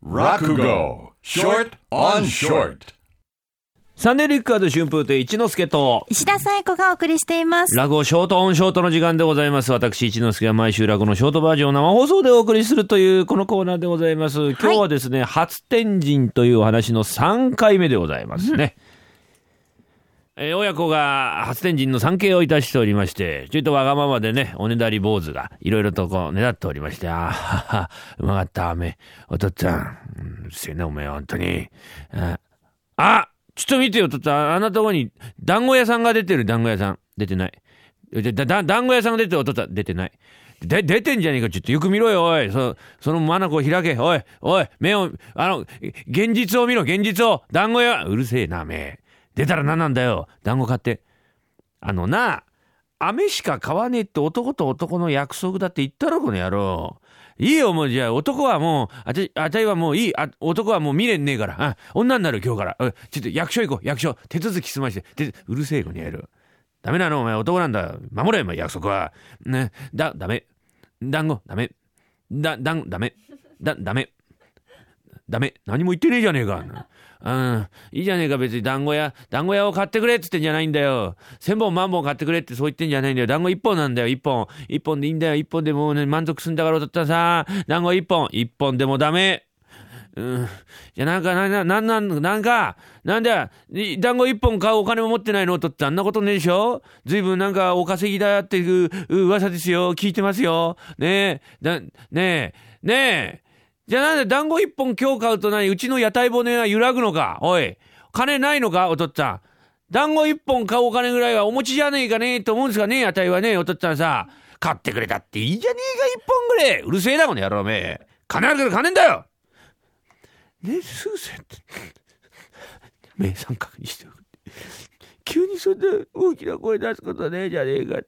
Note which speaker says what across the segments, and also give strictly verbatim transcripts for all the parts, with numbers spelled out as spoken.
Speaker 1: 落語 Short on Short。
Speaker 2: サンデーリッカード春風亭一之輔と
Speaker 3: 石田紗友子がお送りしています。
Speaker 2: 落語ショートオンショートの時間でございます。私一之輔は毎週落語のショートバージョンを生放送でお送りするというこのコーナーでございます。今日はですね、はい、初天神というお話のさんかいめでございますね、うん、えー、親子が初天神の参詣をいたしておりまして、ちょいとわがままでね、おねだり坊主がいろいろとこうねだっておりまして、ああうまかったおめお父っつぁん、うん、うるせえなおめえ本当に、ああちょっと見てよ、とったあんなとこに団子屋さんが出てる。団子屋さん出てない。だだ団子屋さんが出てる。おとった出てない。で出てんじゃねえか。ちょっとよく見ろよおい。そその眼を開け。おいおい目をあの現実を見ろ。現実を。団子屋うるせえなめ。出たら何なんだよ。団子買って。あのな飴しか買わねえって男と男の約束だって言ったろこの野郎。いいよもう。じゃあ男はもうあたあたいはもういい。あ男はもう見れんねえから。あ女になる今日から。ちょっと役所行こう。役所手続き済ましててうるせえ子にやる。ダメなのお前男なんだ。守れお前約束はね。だダメ団子ダメだだんダメだダメダメ何も言ってねえじゃねえか。うん、いいじゃねえか別に。団子屋団子屋を買ってくれって言ってんじゃないんだよ。千本万本買ってくれってそう言ってんじゃないんだよ。団子一本なんだよ。一本一本でいいんだよ。一本でもうね満足すんだから。だったらさ団子一本一本でもダメ。うん、じゃあなんかなんなんなんなんかなんだ団子一本買うお金も持ってないのとってあんなことねえでしょ。ずいぶんなんかお稼ぎだっていう噂ですよ。聞いてますよねえだねえねえ。じゃあなんで団子一本今日買うと何うちの屋台骨は揺らぐのか。おい金ないのかおとっつぁん。団子一本買うお金ぐらいはお持ちじゃねえかねと思うんですがね。屋台はねおとっつぁんさ買ってくれたっていいじゃねえか一本ぐらい。うるせえなこの野郎め。金あるから金んだよねえすぐせって目三角にして急にそんな大きな声出すことねえじゃねえかと。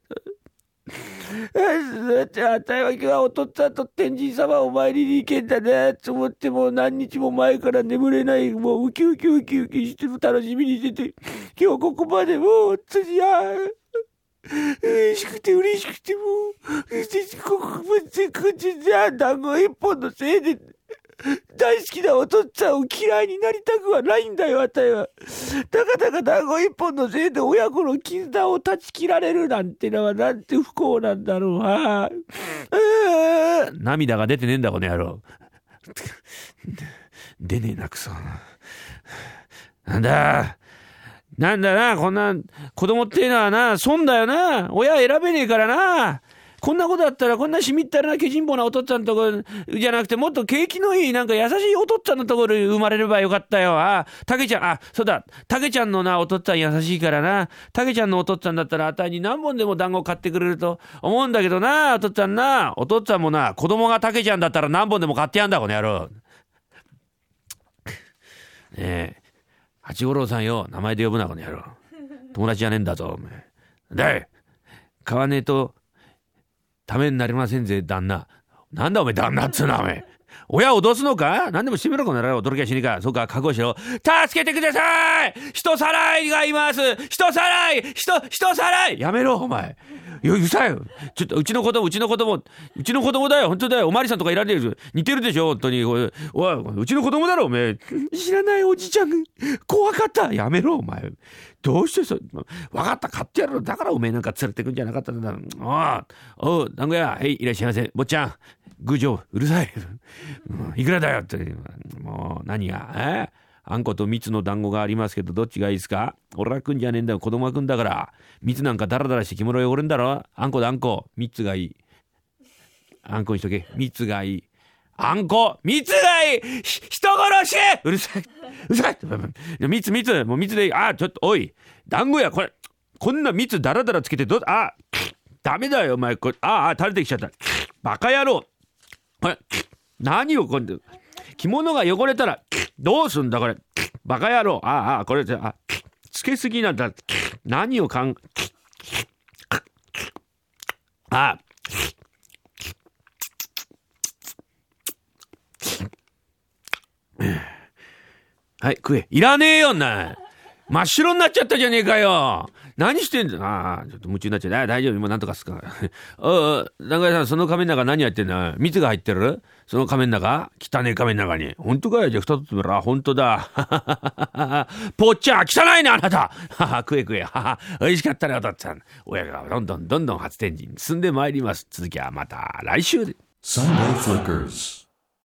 Speaker 2: だってあたいは今日はおとっつぁんと天神様をお参りに行けんだなと思ってもう何日も前から眠れない。もうウキウキウキウキしてる楽しみにしてて今日ここまでもうつじゃ嬉しくて嬉しくてもうここまでこっちじゃ団子一本のせいで大好きなおとっつぁんを嫌いになりたくはないんだよあたいは。たかたか団子一本のせいで親子の絆を断ち切られるなんてのはなんて不幸なんだろう。はあ、涙が出てねえんだこの野郎。出ねえなくそ。なんだなんだなこんな子供っていうのはな損だよな。親選べねえからな。こんなことだったらこんなしみったれなけじんぼなおとっつぁんのところじゃなくてもっと景気のいいなんか優しいおとっつぁんのところに生まれればよかったよ。あたけちゃんあそうだたけちゃんのなおとっつぁん優しいからな。たけちゃんのおとっつぁんだったらあたいに何本でも団子買ってくれると思うんだけどな。おとっつぁんなおとっつぁんもな子供がたけちゃんだったら何本でも買ってやんだこの野郎。ねえ八五郎さんよ名前で呼ぶなこの野郎。友達じゃねえんだぞお前。だい買わねえとためになりませんぜ旦那。なんだお前旦那っつうのはお前親を脅すのか。何でもしてみろこの野郎。驚きはしねえか。そうか覚悟しろ。助けてください人さらいがいます人さらい人人さらいやめろお前。いやうるさいよちょっとうちの子供うちの子供うちの子供だよ本当だよ。おまわりさんとかいられる似てるでしょ本当に。おいおいうちの子供だろお前。知らないおじちゃん怖かった。やめろお前。どうしてそ分かった買ってやる。だからおめえなんか連れてくんじゃなかったんだ。おうおう団子屋はいいらっしゃいませ。坊ちゃん郡上うるさいいくらだよってもう何がえあんこと蜜の団子がありますけどどっちがいいですか。俺は食んじゃねえんだよ子供が食んだから。蜜なんかダラダラして着物汚れんだろ。あんこであんこ蜜がいい。あんこにしとけ蜜がいい。あんこ蜜がいい人殺しうるさいうるさい蜜蜜もう蜜でいい。あちょっとおい団子やこれこんな蜜ダラダラつけてどうあダメだよお前これああ垂れてきちゃったバカ野郎。これ何をこんで着物が汚れたらどうすんだこれバカ野郎。ああこれあつけすぎなんだ。何をかんあはい食え。いらねえよな真っ白になっちゃったじゃねえかよ。何してんだ。ああ、ちょっと夢中になっちゃう。あ大丈夫、今なんとかすか。ああ、長井さん、その仮面の中何やってんだ。蜜が入ってるその仮面の中汚ねえ仮面の中に。本当かよ。じゃあ二つら、本当だ。ぽっちゃ、汚いね、あなた。はは、食え食え。はは、美味しかったね、お父っつぁん。親がどんどんどんどん初天神に進んでまいります。続きはまた来週で。
Speaker 1: Sunday Flickers.